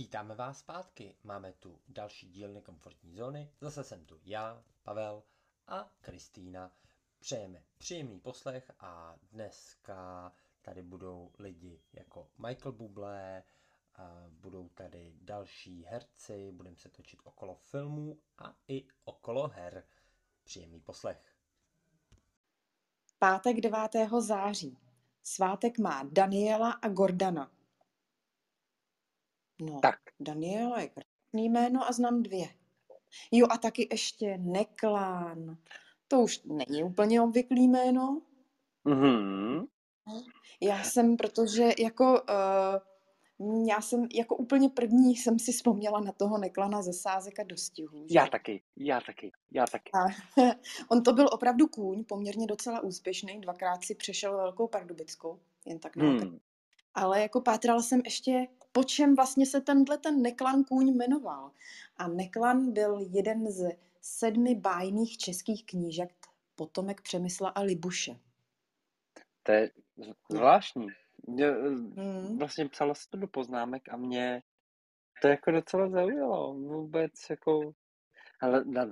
Vítáme vás zpátky. Máme tu další díl Nekomfortní zóny. Zase jsem tu já, Pavel a Kristýna. Přejeme příjemný poslech a dneska tady budou lidi jako Michael Bublé, a budou tady další herci, budeme se točit okolo filmů a i okolo her. Příjemný poslech. Pátek 9. září. Svátek má Daniela a Gordana. No, Tak. Daniela je krásný jméno a znám 2. Jo, a taky ještě Neklán. To už není úplně obvyklý jméno. Mhm. Já jsem jako úplně první jsem si vzpomněla na toho Neklana ze Sázek a dostihů. Že? Já taky. A on to byl opravdu kůň, poměrně docela úspěšný. 2krát si přešel Velkou Pardubickou, jen tak na okraj. Ale jako pátrala jsem ještě, po čem vlastně se ten Neklan kůň jmenoval. A Neklan byl jeden z 7 bájných českých knížat, potomek Přemysla a Libuše. To je zvláštní. Vlastně psala se to do poznámek a mě to jako docela zaujalo. Vůbec jako... Ale na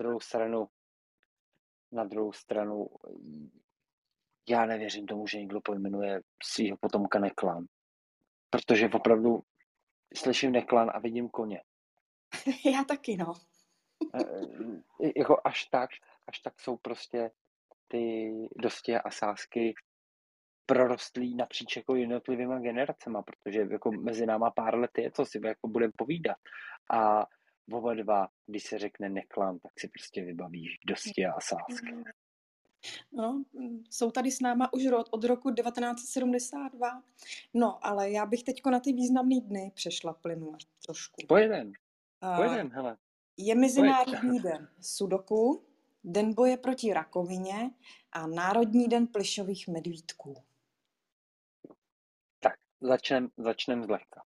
druhou stranu já nevěřím tomu, že někdo pojmenuje svýho potomka Neklan. Protože opravdu slyším Neklan a vidím koně. Já taky, no. Jako až tak jsou prostě ty dosti a sázky prorostlý napříč jako jednotlivýma generacema, protože jako mezi náma pár let je, co si jako budeme povídat. A oba dva, když se řekne Neklan, tak si prostě vybavíš dosti a sázky. No, jsou tady s náma už od roku 1972. No, ale já bych teďko na ty významný dny přešla plynule trošku. Pojedem, hele. Je Mezinárodní den sudoku, Den boje proti rakovině a Národní den plyšových medvídků. Tak, začnem zlehka.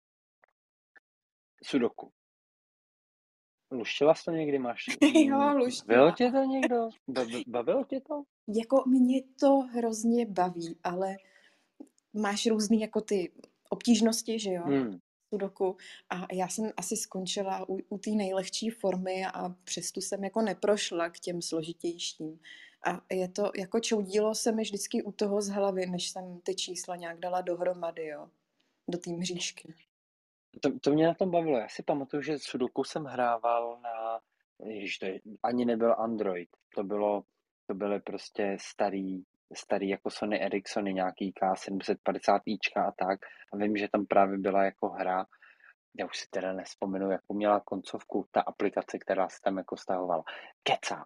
Sudoku. Luštila jsi to někdy, máš? Jo, luštila. Bavilo tě to někdo? Bavilo tě to? Jako mě to hrozně baví, ale máš různý jako ty obtížnosti, že jo? Sudoku. A já jsem asi skončila u té nejlehčí formy a přesto jsem jako neprošla k těm složitějším. A je to, jako čoudílo se mi vždycky u toho z hlavy, než jsem ty čísla nějak dala dohromady, jo? Do té mřížky. To mě na tom bavilo. Já si pamatuju, že sudoku jsem hrával na... Ježiš, to ani nebyl Android. To byly prostě starý jako Sony Ericssony, nějaký K750ička a tak. A vím, že tam právě byla jako hra, já už si teda nespomenu, jakou měla koncovku, ta aplikace, která se tam jako stahovala. Kecám.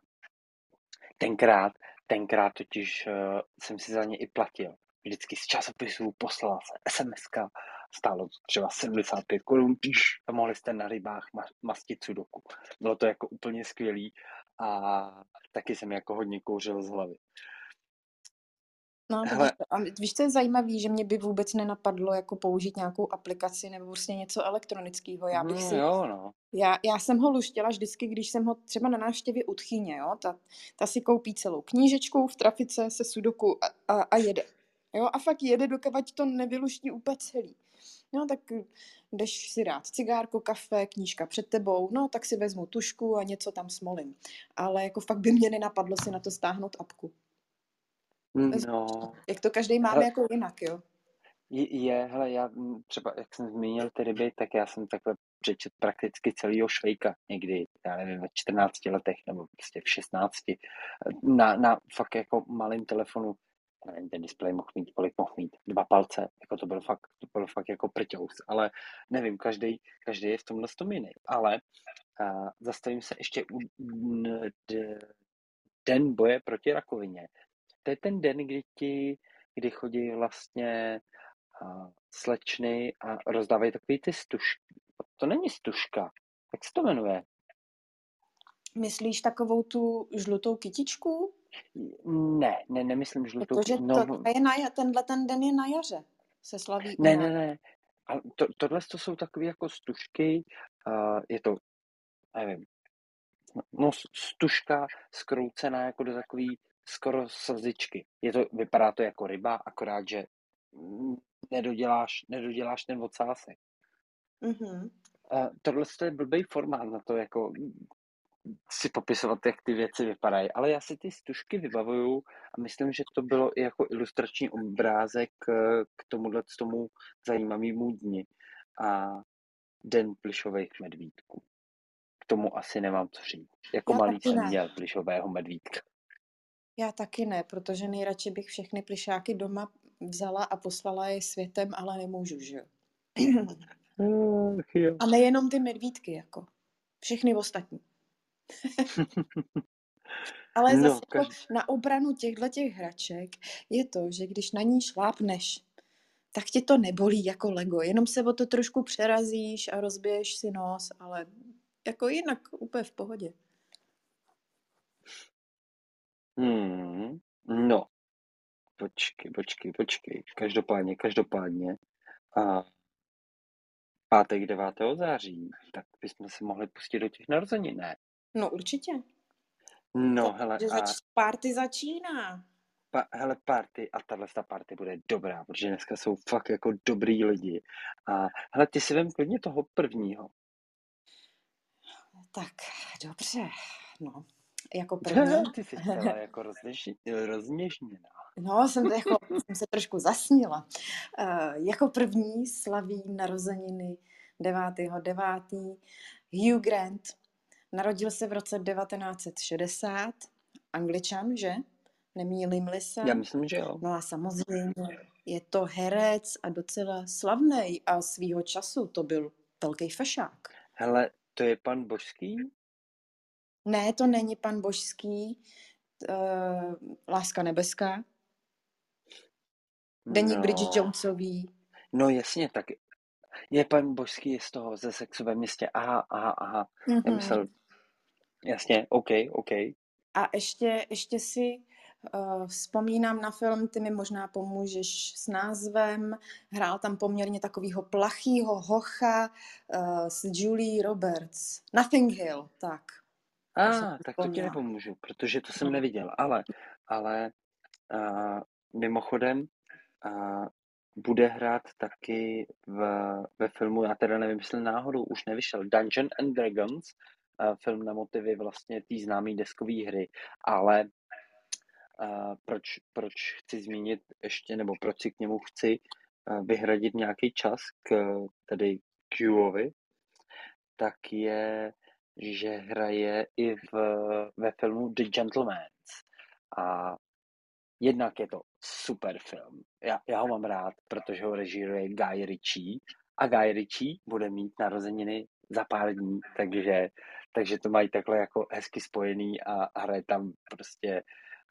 Tenkrát totiž jsem si za ně i platil. Vždycky z časopisů poslala se SMS-ka, stálo to třeba 75 korun, a mohli jste na rybách mastit sudoku. Bylo to jako úplně skvělý a taky jsem jako hodně kouřil z hlavy. No, víš, co je zajímavý, že mě by vůbec nenapadlo jako použít nějakou aplikaci nebo prostě něco elektronického. Já jsem ho luštila vždycky, když jsem ho třeba na návštěvě u tchýně, jo, ta si koupí celou knížečku v trafice se sudoku a jede. Jo, a fakt jede, dokavať to nevyluští úplně celý. No, tak jdeš si dát cigárko, kafe, knížka před tebou, no, tak si vezmu tušku a něco tam smolím. Ale jako fakt by mě nenapadlo si na to stáhnout apku. No. Jak to každý máme jako jinak, jo? Hele, já třeba, jak jsem zmínil ty ryby, tak já jsem takhle přečet prakticky celýho Švejka někdy, já nevím, ve 14 letech nebo prostě v 16. Na fakt jako malým telefonu, nevím, ten displej mohl mít, kolik mohl mít, 2 palce, jako to bylo fakt jako prťous, ale nevím, každý je v tomhle tom jiný, ale zastavím se ještě u Den boje proti rakovině. To je ten den, kdy chodí vlastně slečny a rozdávají takový ty stužky. To není stužka. Jak se to jmenuje? Myslíš takovou tu žlutou kytičku? Ne, nemyslím žlutou. Protože tenhle ten den je na jaře. Se slaví. Ne. A tohle to jsou takové jako stužky. Je to, nevím, no stužka skroucená jako do takový skoro slzičky. Vypadá to jako ryba, akorát, že nedoděláš ten ocásek. Mm-hmm. Tohle je blbý formát na to, jako si popisovat, jak ty věci vypadají, ale já si ty stužky vybavuju a myslím, že to bylo i jako ilustrační obrázek k tomu zajímavému dni a Den plyšových medvídků. K tomu asi nemám co říct. Jako Já malý taky jsem ne. měl plyšového medvídka. Já taky ne, protože nejradši bych všechny plyšáky doma vzala a poslala je světem, ale nemůžu, že jo? A nejenom ty medvídky, jako. Všechny ostatní. Ale No, zase jako na obranu těch hraček je to, že když na ní šlápneš, tak tě to nebolí jako Lego. Jenom se o to trošku přerazíš a rozbiješ si nos, ale jako jinak úplně v pohodě. No, počkej. Každopádně. A pátek 9. září, tak bychom se mohli pustit do těch narozenin, ne? No určitě. No, hele, party začíná. Hele, party, a tato party bude dobrá, protože dneska jsou fakt jako dobrý lidi. A hele, ty si vem klidně toho prvního. Tak, dobře, no. Jako první. Ty jsi celá jako rozněžněná. No, jsem se trošku zasnila. Jako první slaví narozeniny 9.9. Hugh Grant. Narodil se v roce 1960. Angličan, že? Nemýlím-li se? Já myslím, že jo. No a samozřejmě je to herec a docela slavnej a svýho času to byl velký fešák. Hele, to je pan Božský? Ne, to není pan Božský. Láska nebeská. Deník Bridget Jonesový. No jasně, tak je pan Božský z toho, ze Sexu ve městě. Aha. Mm-hmm. Já myslel, jasně, OK. A ještě si vzpomínám na film, ty mi možná pomůžeš s názvem. Hrál tam poměrně takovýho plachýho hocha s Julie Roberts. Nothing Hill, tak. Tak to ti nepomůžu, protože to jsem neviděl, ale mimochodem bude hrát taky ve filmu, já teda nevím, jestli náhodou už nevyšel, Dungeons and Dragons, film na motivy vlastně té známé deskové hry, ale proč chci zmínit ještě, nebo proč si k němu chci vyhradit nějaký čas tedy Qovi, tak je, že hraje i ve filmu The Gentlemans. A jednak je to super film. Já ho mám rád, protože ho režíruje Guy Ritchie a Guy Ritchie bude mít narozeniny za pár dní, takže to mají takhle jako hezky spojený a hraje tam prostě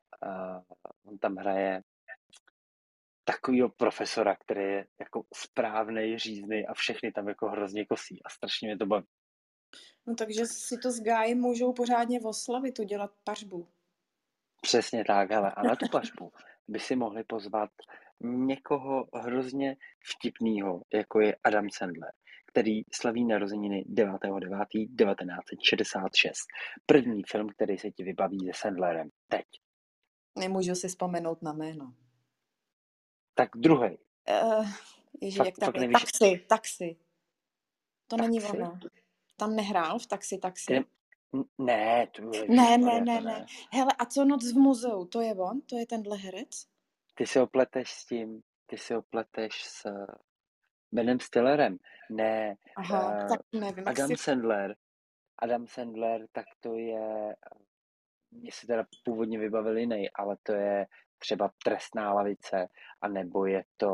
on tam hraje takovýho profesora, který je jako správnej, říznej a všechny tam jako hrozně kosí a strašně mě to baví. No takže si to s Guyem můžou pořádně oslavit, udělat pařbu. Přesně tak, hele, a na tu pařbu by si mohli pozvat někoho hrozně vtipného, jako je Adam Sandler, který slaví narozeniny 9.9.1966. První film, který se ti vybaví se Sandlerem. Teď. Nemůžu si vzpomenout na jméno. Tak druhý. Ježiš, jak tam je? Taxi. To není ono. Tam nehrál v Taxi. Ne, to bylo ne. Hele, a co Noc v muzeu? To je on? To je tenhle herec? Ty si ho pleteš s Benem Stillerem. Ne. Aha, tak nevím. Adam Sandler, tak to je, mě se teda původně vybavil jiný, ale to je třeba Trestná lavice, anebo je to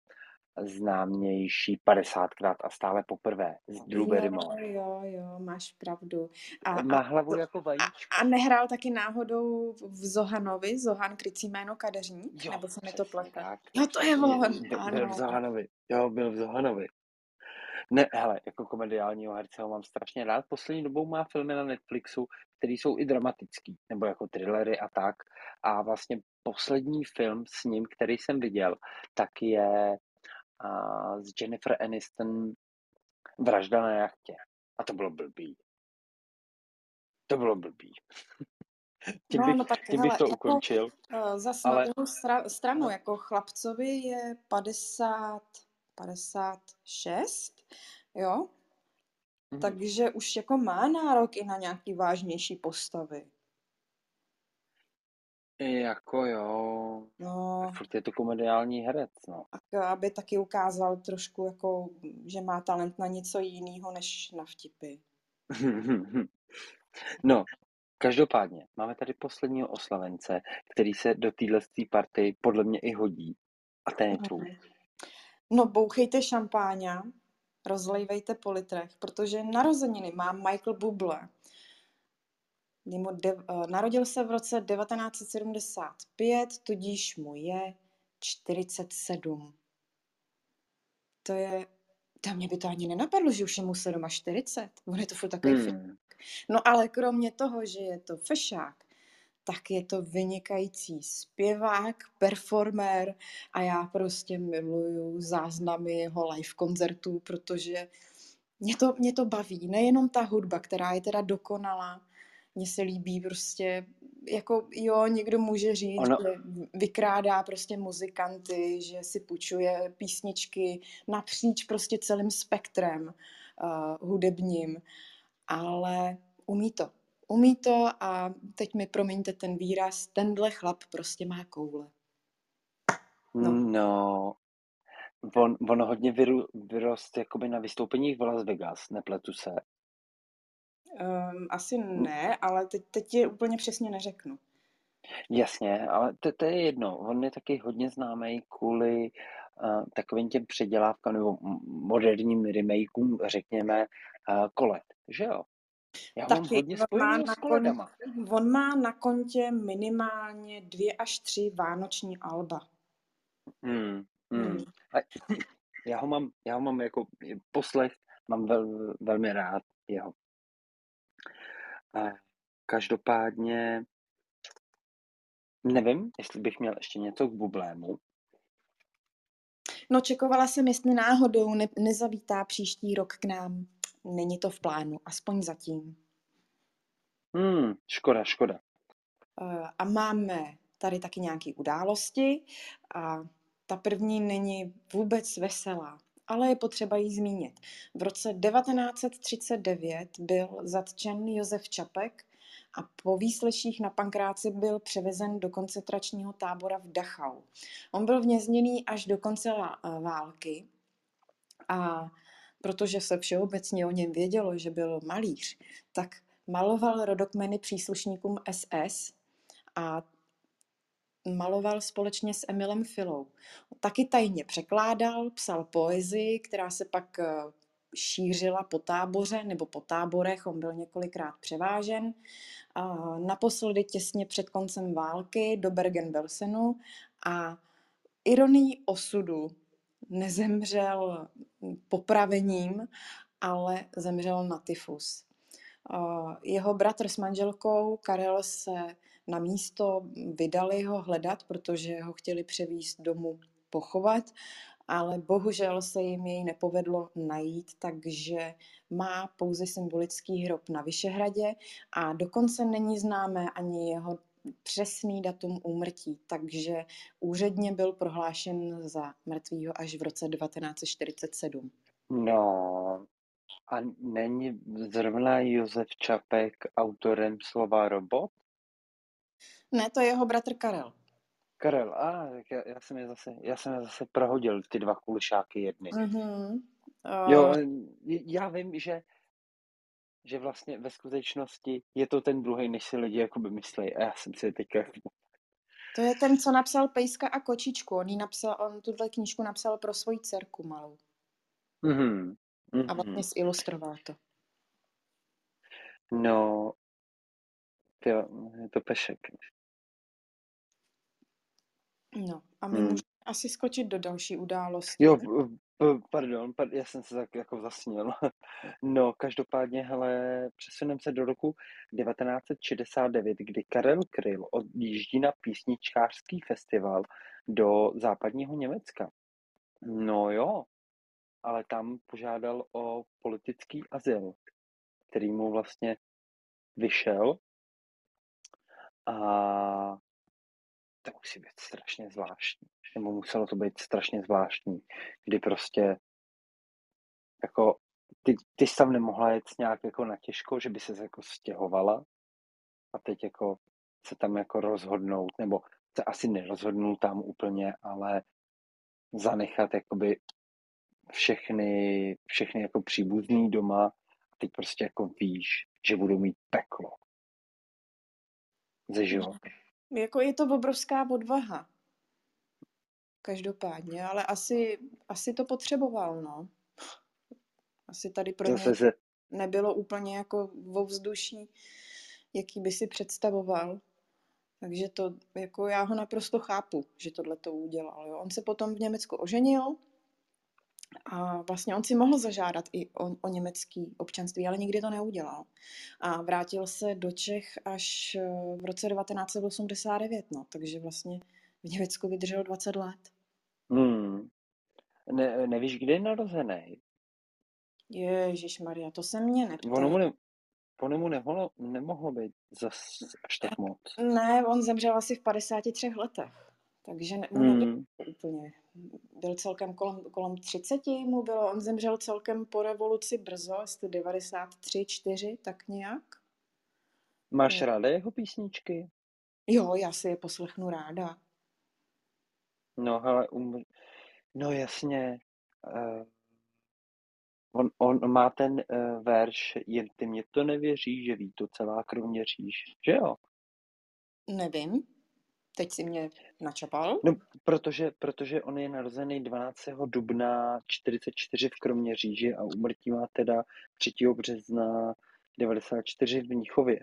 známější 50krát a stále poprvé s Drew Barrymore. Jo, máš pravdu. Má hlavu jako vajíčko. A nehrál taky náhodou v Zohanovi, Zohan krycí jméno kadeřník? Jo, nebo se mi to plete? Jo, to je on. Byl v Zohanovi. Jo, byl v Zohanovi. Ne, hele, jako komediálního herce ho mám strašně rád. Poslední dobou má filmy na Netflixu, které jsou i dramatický, nebo jako thrillery a tak. A vlastně poslední film s ním, který jsem viděl, tak je s Jennifer Aniston Vražda na jachtě. A to bylo blbý. Tím bych to ukončil. Zas na druhou stranu, jako chlapcovi je 56, jo? takže už jako má nárok i na nějaký vážnější postavy. Jako jo. No, Furt je to komediální herec, no. aby taky ukázal trošku, jako, že má talent na něco jiného, než na vtipy. No, každopádně, máme tady posledního oslavence, který se do téhle party podle mě i hodí. A ten je tvůj. No, bouchejte šampáňa, rozlejvejte po litrech, protože narozeniny má Michael Bublé. Narodil se v roce 1975, tudíž mu je 47. Mě by to ani nenapadlo, že už je mu 47. On je to furt takový fešák. No ale kromě toho, že je to fešák, tak je to vynikající zpěvák, performer a já prostě miluju záznamy jeho live koncertů, protože mě to baví. Nejenom ta hudba, která je teda dokonalá, mně se líbí prostě, jako jo, někdo může říct, že vykrádá prostě muzikanty, že si půjčuje písničky napříč prostě celým spektrem hudebním, ale umí to a teď mi promiňte ten výraz, tenhle chlap prostě má koule. No on hodně vyrost jakoby na vystoupeních v Las Vegas, nepletu se. Asi ne, ale teď je úplně přesně neřeknu. Jasně, ale to je jedno. On je taky hodně známý kvůli takovým těm předělávkám nebo moderním remakeům, řekněme, kolet, že jo? Já mám hodně spojeného s koledama. On má na kontě minimálně 2 až 3 vánoční alba. Já ho mám jako poslech, mám velmi rád jeho. Každopádně nevím, jestli bych měl ještě něco k Bublému. No, čekovala jsem, jestli náhodou nezavítá příští rok k nám. Není to v plánu, aspoň zatím. Škoda. A máme tady taky nějaké události a ta první není vůbec veselá, ale je potřeba jí zmínit. V roce 1939 byl zatčen Josef Čapek a po výsleších na Pankráci byl převezen do koncentračního tábora v Dachau. On byl vězněný až do konce války a protože se všeobecně o něm vědělo, že byl malíř, tak maloval rodokmeny příslušníkům SS a maloval společně s Emilem Filou. Taky tajně překládal, psal poezii, která se pak šířila po táboře nebo po táborech, on byl několikrát převážen. A naposledy těsně před koncem války do Bergen-Belsenu a ironií osudu nezemřel popravením, ale zemřel na tyfus. Jeho bratr s manželkou Karel se na místo vydali ho hledat, protože ho chtěli převízt domů pochovat, ale bohužel se jim jej nepovedlo najít, takže má pouze symbolický hrob na Vyšehradě a dokonce není známé ani jeho přesný datum úmrtí, takže úředně byl prohlášen za mrtvýho až v roce 1947. No, a není zrovna Josef Čapek autorem slova robot? Ne, to je jeho bratr Karel. Karel, tak já jsem je zase prohodil, ty dva kulišáky jedny. Jo, já vím, že vlastně ve skutečnosti je to ten druhý, než si lidi jakoby myslí. A já jsem si teďka... To je ten, co napsal Pejska a kočičku. On tuhle knížku napsal pro svoji dcerku malou. A vlastně zilustroval to. No, je to pešek. No, a my můžeme asi skočit do další události. Jo, pardon, já jsem se tak jako zasněl. No, každopádně, hele, přesuneme se do roku 1969, kdy Karel Kryl odjíždí na písničkářský festival do západního Německa. No jo, ale tam požádal o politický azyl, který mu vlastně vyšel a to musí být strašně zvláštní. Nebo muselo to být strašně zvláštní, kdy prostě jako ty jsi tam nemohla jet nějak jako na těžko, že by se jako stěhovala a teď jako se tam jako rozhodnout, nebo se asi nerozhodnul tam úplně, ale zanechat jakoby všechny jako příbuzný doma a teď prostě jako víš, že budou mít peklo ze života. Jako je to obrovská odvaha. Každopádně, ale asi to potřeboval, no. Asi tady pro něj nebylo úplně jako ovzduší, jaký by si představoval. Takže to, jako já ho naprosto chápu, že tohle to udělal. Jo. On se potom v Německu oženil a vlastně on si mohl zažádat i o německý občanství, ale nikdy to neudělal. A vrátil se do Čech až v roce 1989, no. Takže vlastně v Německu vydržel 20 let. Nevíš, kdy je narozený? Ježišmarja, to se mě neptá. Ono mu nemohlo být zas až tak moc. Ne, on zemřel asi v 53 letech, takže nebyl úplně. Byl celkem kolem 30 mu bylo, on zemřel celkem po revoluci brzo, jestli 93, 4, tak nějak. Máš ráda jeho písničky? Jo, já si je poslechnu ráda. No, hele, no jasně. On má ten verš, jen ty mě to nevěříš, že ví to celá Kroměříž, že jo? Nevím. Teď si mě načapal. No, protože on je narozený 12. dubna 44 v Kroměříži a úmrtí má teda 3. března 94 v Mnichově.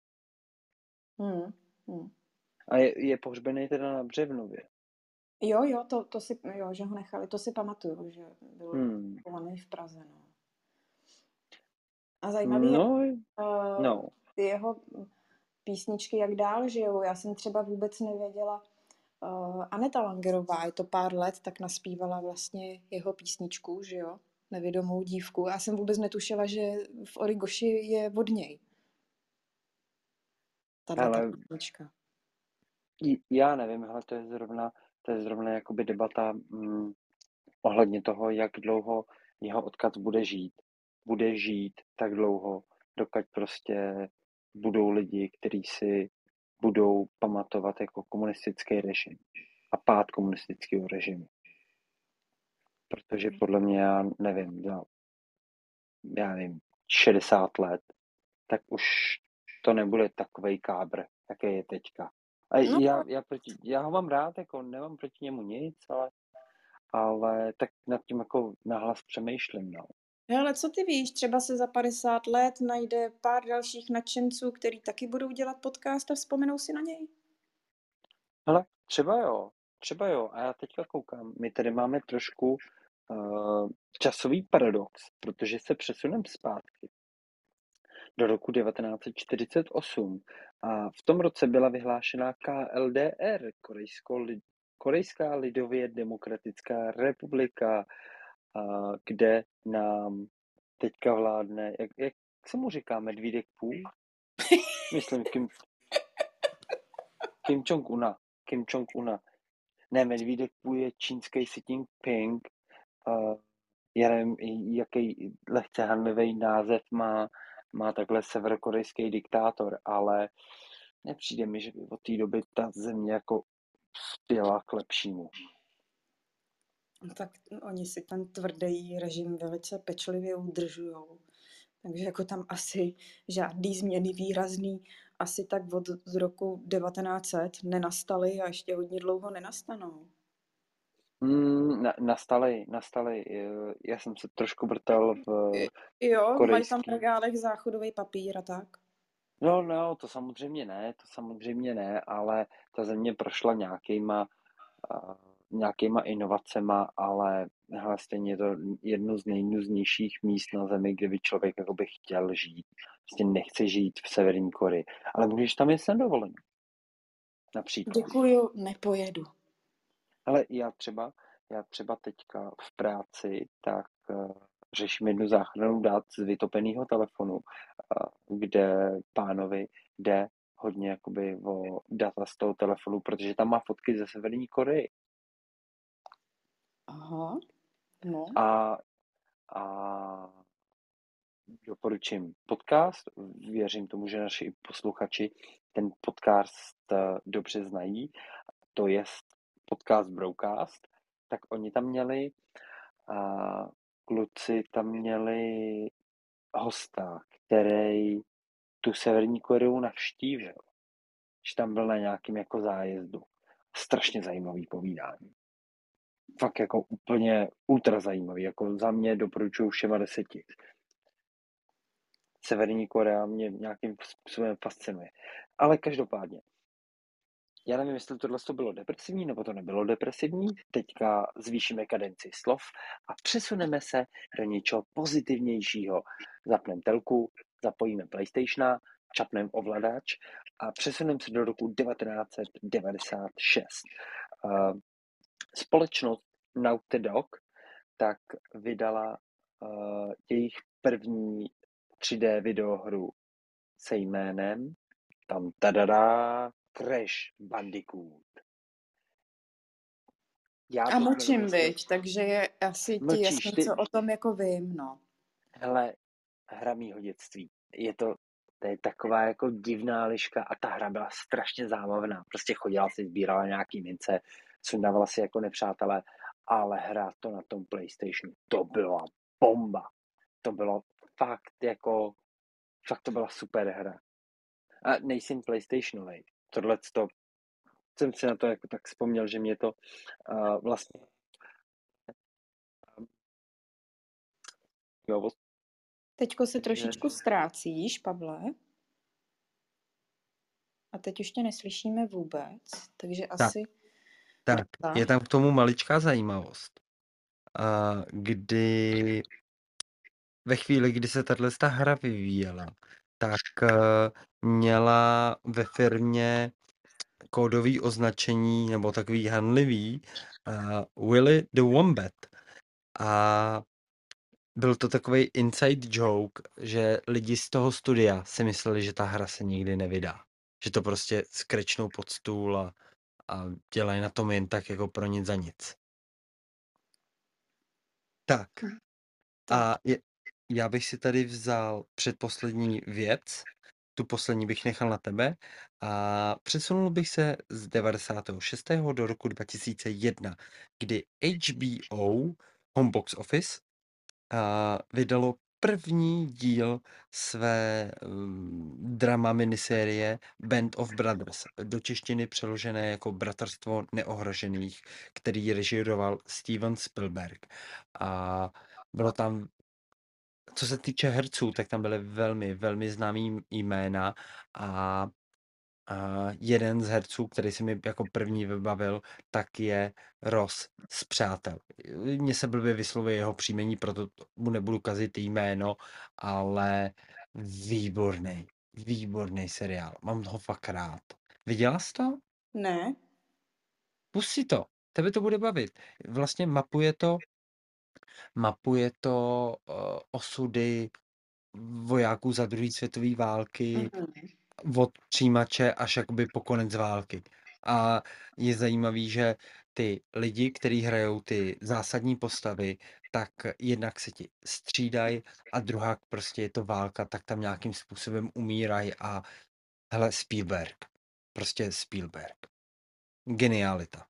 A je pohřbený teda na Břevnově. Jo, to si, jo, že ho nechali, to si pamatuju, že byl chovaný v Praze, no. A zajímavý je jeho písničky, jak dál žijou. Já jsem třeba vůbec nevěděla, Aneta Langerová, je to pár let, tak naspívala vlastně jeho písničku, že jo, Nevědomou dívku. Já jsem vůbec netušila, že v Origoši je od něj. Tato písnička. Já nevím, hele, to je zrovna jakoby debata ohledně toho, jak dlouho jeho odkaz bude žít. Bude žít tak dlouho, dokud prostě budou lidi, kteří si budou pamatovat jako komunistický režim a pád komunistického režimu. Protože podle mě, já nevím, 60 let, tak už to nebude takovej kábr, jaký je teďka. A já ho mám rád, jako nemám proti němu nic, ale tak nad tím jako nahlas přemýšlím, no. Ale co ty víš, třeba se za 50 let najde pár dalších nadšenců, který taky budou dělat podcast a vzpomenou si na něj? Hele, třeba jo. A já teďka koukám, my tady máme trošku časový paradox, protože se přesuneme zpátky do roku 1948 a v tom roce byla vyhlášena KLDR, Korejská lidově demokratická republika, kde nám teďka vládne, jak se mu říká, medvídek půl? Myslím, Kim Jong-una. Ne, medvídek půl je čínský Xi Jinping. Já nevím, jaký lehce hanlivý název má takhle severokorejský diktátor, ale nepřijde mi, že by od té doby ta země jako spěla k lepšímu. Tak oni si ten tvrdý režim velice pečlivě udržujou. Takže jako tam asi žádný změny výrazný asi tak od roku 1900 nenastaly a ještě hodně dlouho nenastanou. Nastaly. Já jsem se trošku vrtal v Jo, mají tam v regálech záchodový papír a tak. No, to samozřejmě ne, ale ta země prošla nějakýma inovacema, ale hele, stejně je to jedno z nejnuznějších míst na zemi, kde by člověk jakoby chtěl žít. Prostě nechce žít v Severní Koreji, ale můžeš tam jet na dovolenou. Například. Děkuju, nepojedu. Ale já třeba teďka v práci, tak řeším jednu záchranu dat z vytopeného telefonu, kde pánovi jde hodně jakoby o data z toho telefonu, protože tam má fotky ze Severní Koreji. Aha, no. A doporučím podcast. Věřím tomu, že naši posluchači ten podcast dobře znají. To je podcast Broadcast. Tak oni tam měli, kluci tam měli hosta, který tu Severní Koreu navštívil. Že tam byl na nějakém jako zájezdu. Strašně zajímavý povídání. Fakt jako úplně ultra zajímavý. Jako za mě doporučuji všema 10. Severní Korea mě nějakým způsobem fascinuje. Ale každopádně, já nevím, jestli tohle bylo depresivní, nebo to nebylo depresivní. Teďka zvýšíme kadenci slov a přesuneme se do něčeho pozitivnějšího. Zapneme telku, zapojíme PlayStationa, čapneme ovladač a přesuneme se do roku 1996. Společnost Naughty Dog tak vydala jejich první 3D videohru se jménem tam tadadá Crash Bandicoot. A mlčím, viď, takže je asi ti jasný, co o tom jako vím, no. Hele, hra mýho dětství. To je taková jako divná liška a ta hra byla strašně zábavná. Prostě chodila si, sbírala nějaký mince, sundávala si jako nepřátelé, ale hrát to na tom PlayStationu, to byla bomba. To bylo fakt to byla super hra. A nejsem PlayStationovej. Tohleto jsem si na to jako tak vzpomněl, že mě to vlastně Teďko se trošičku ztrácíš, Pavle. A teď už tě neslyšíme vůbec, takže asi... Tak, je tam k tomu maličká zajímavost. Kdy ve chvíli, kdy se tato hra vyvíjela, tak měla ve firmě kódový označení, nebo takový hanlivý Willy the Wombat. A byl to takový inside joke, že lidi z toho studia si mysleli, že ta hra se nikdy nevydá. Že to prostě skrečnou pod stůl a dělají na tom jen tak jako pro nic za nic. Tak. A já bych si tady vzal předposlední věc, tu poslední bych nechal na tebe a přesunul bych se z 96. do roku 2001, kdy HBO Home Box Office vydalo první díl své drama minisérie Band of Brothers, do češtiny přeložené jako Bratrstvo neohrožených, který režíroval Steven Spielberg. A bylo tam, co se týče herců, tak tam byly velmi, velmi známý jména a jeden z herců, který se mi jako první vybavil, tak je Ross z Přátel. Mně se blbě vyslovuje jeho příjmení, proto mu nebudu kazit jméno, ale výborný seriál. Mám ho fakt rád. Viděla jsi to? Ne. Pust si to, tebe to bude bavit. Vlastně mapuje to osudy vojáků za druhé světové války, od přijímače až jakoby po konec války. A je zajímavý, že ty lidi, kteří hrajou ty zásadní postavy, tak jednak se ti střídají a druhá prostě je to válka, tak tam nějakým způsobem umírají a hele, Spielberg. Prostě Spielberg. Genialita.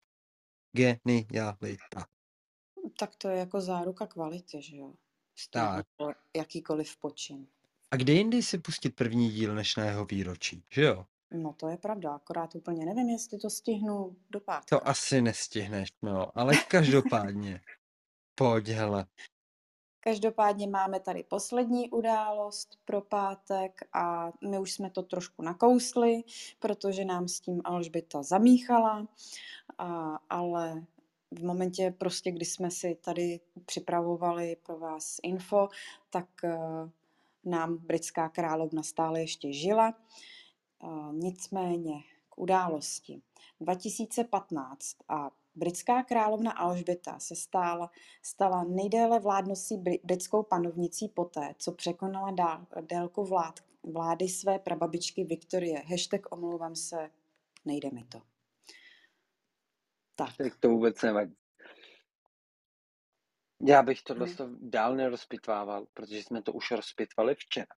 Tak to je jako záruka kvality, že jo? Tak. Jakýkoliv počin. A kde jindy si pustit první díl než na jeho výročí, že jo? No to je pravda, akorát úplně nevím, jestli to stihnu do pátka. To asi nestihneš, no, ale každopádně. Pojď, hele. Každopádně máme tady poslední událost pro pátek a my už jsme to trošku nakousli, protože nám s tím Alžběta zamíchala, ale v momentě prostě, kdy jsme si tady připravovali pro vás info, tak nám britská královna stále ještě žila. Nicméně k události. 2015 a britská královna Alžběta se stala nejdéle vládnoucí britskou panovnicí poté, co překonala délku vlády své prababičky Viktorie. #omlouvám se, nejde mi to. Tak to vůbec nevadí. Já bych tohle dál nerozpitvával, protože jsme to už rozpitvali včera.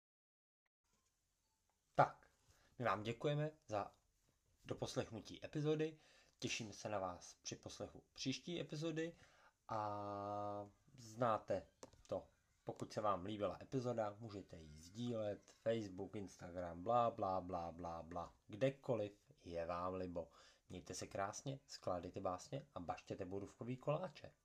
Tak, my vám děkujeme za doposlechnutí epizody, těšíme se na vás při poslechu příští epizody a znáte to. Pokud se vám líbila epizoda, můžete ji sdílet, Facebook, Instagram, blá, blá, blá, blá, blá, kdekoliv je vám libo. Mějte se krásně, skládejte básně a baštěte borůvkový koláče.